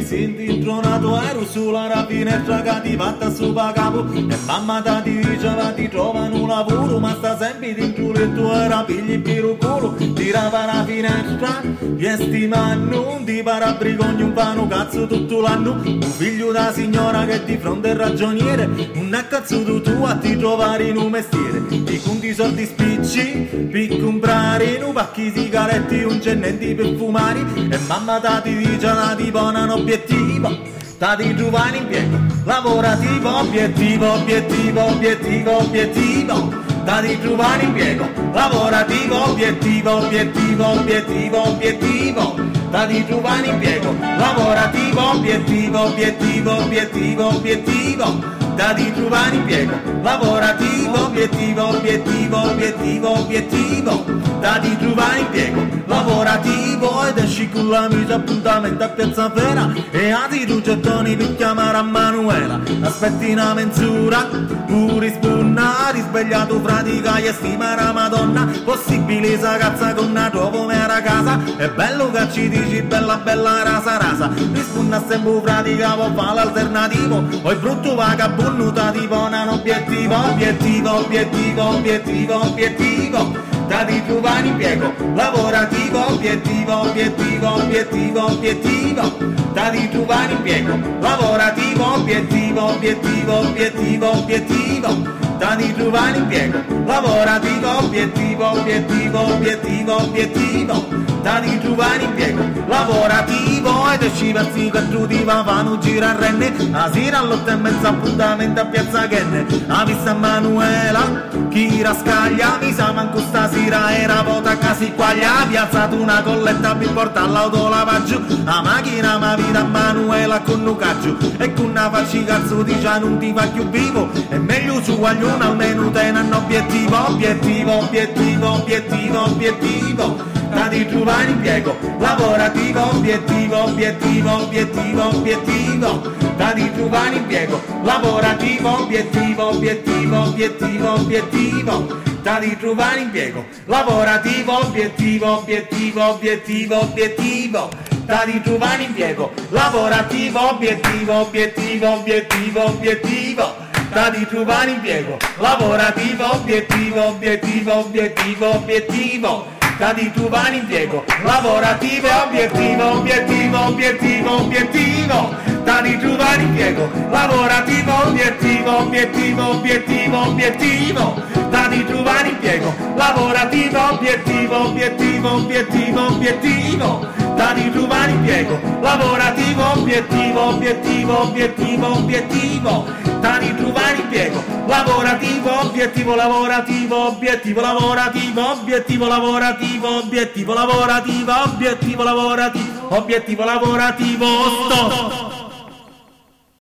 senti intronato ero sulla finestra che ti fatta su capo e mamma ti diceva ti trovano un lavoro ma sta sempre dentro il tuo era pigli per il culo tirava la finestra viesti ma non ti para brigogni un pano cazzo tutto l'anno un figlio da signora che di fronte è ragioniere un a cazzo tu a ti trovare in un mestiere ti conti soldi spicci per comprare un pacchi sigaretti un cennenti per fumare e mamma ti dice ti pone un obiettivo ti trovare impiego lavorativo obiettivo obiettivo obiettivo obiettivo ti trovare impiego lavorativo obiettivo obiettivo obiettivo obiettivo ti trovare impiego lavorativo obiettivo obiettivo obiettivo obiettivo ti trovare impiego lavorativo obiettivo obiettivo obiettivo obiettivo ti trovare impiego lavorativo ed esci con l'amico appuntamento a Piazza Vera e ti tu gettoni per chiamare a Manuela aspetti una mezz'ora pure spunna risvegliato pratica e stima la Madonna possibile sa cazza con una tua pomera casa è bello che ci dici bella bella rasa rasa rispunna sempre pratica può fare l'alternativo poi brutto vagabondo ti pone un obiettivo obiettivo obiettivo obiettivo obiettivo ti trovare impiego lavorativo obiettivo obiettivo obiettivo obiettivo ti trovare impiego lavorativo obiettivo obiettivo obiettivo obiettivo ti trovare impiego lavorativo obiettivo obiettivo obiettivo obiettivo ti trovare impiego lavorativo ed esci versi che tu ti va fanno girare a renne a sera all'8:30 appuntamento a Piazza Kenne a vista Manuela chi rascaglia mi sa manco stasera era vota a casi qua gli ha piazzato una colletta per portare l'autolavaggio a macchina ma vita Manuela con nucaggio e con una faccia cazzo dice non ti fa più vivo è meglio su guaglione almeno tenano obiettivo obiettivo obiettivo obiettivo obiettivo ti trovare impiego lavorativo obiettivo obiettivo obiettivo obiettivo ti trovare impiego lavorativo obiettivo obiettivo obiettivo obiettivo ti trovare impiego lavorativo obiettivo obiettivo obiettivo obiettivo ti trovare impiego lavorativo obiettivo obiettivo obiettivo obiettivo ti trovare impiego lavorativo obiettivo obiettivo obiettivo obiettivo ti trovare impiego lavorativo obiettivo obiettivo obiettivo obiettivo ti trovare impiego lavorativo obiettivo obiettivo obiettivo obiettivo ti trovare impiego lavorativo obiettivo obiettivo obiettivo obiettivo ti trovare impiego lavorativo obiettivo obiettivo obiettivo obiettivo ti trovare impiego lavorativo obiettivo lavorativo obiettivo lavorativo obiettivo lavorativo obiettivo lavorativo obiettivo lavorativo obiettivo lavorativo stop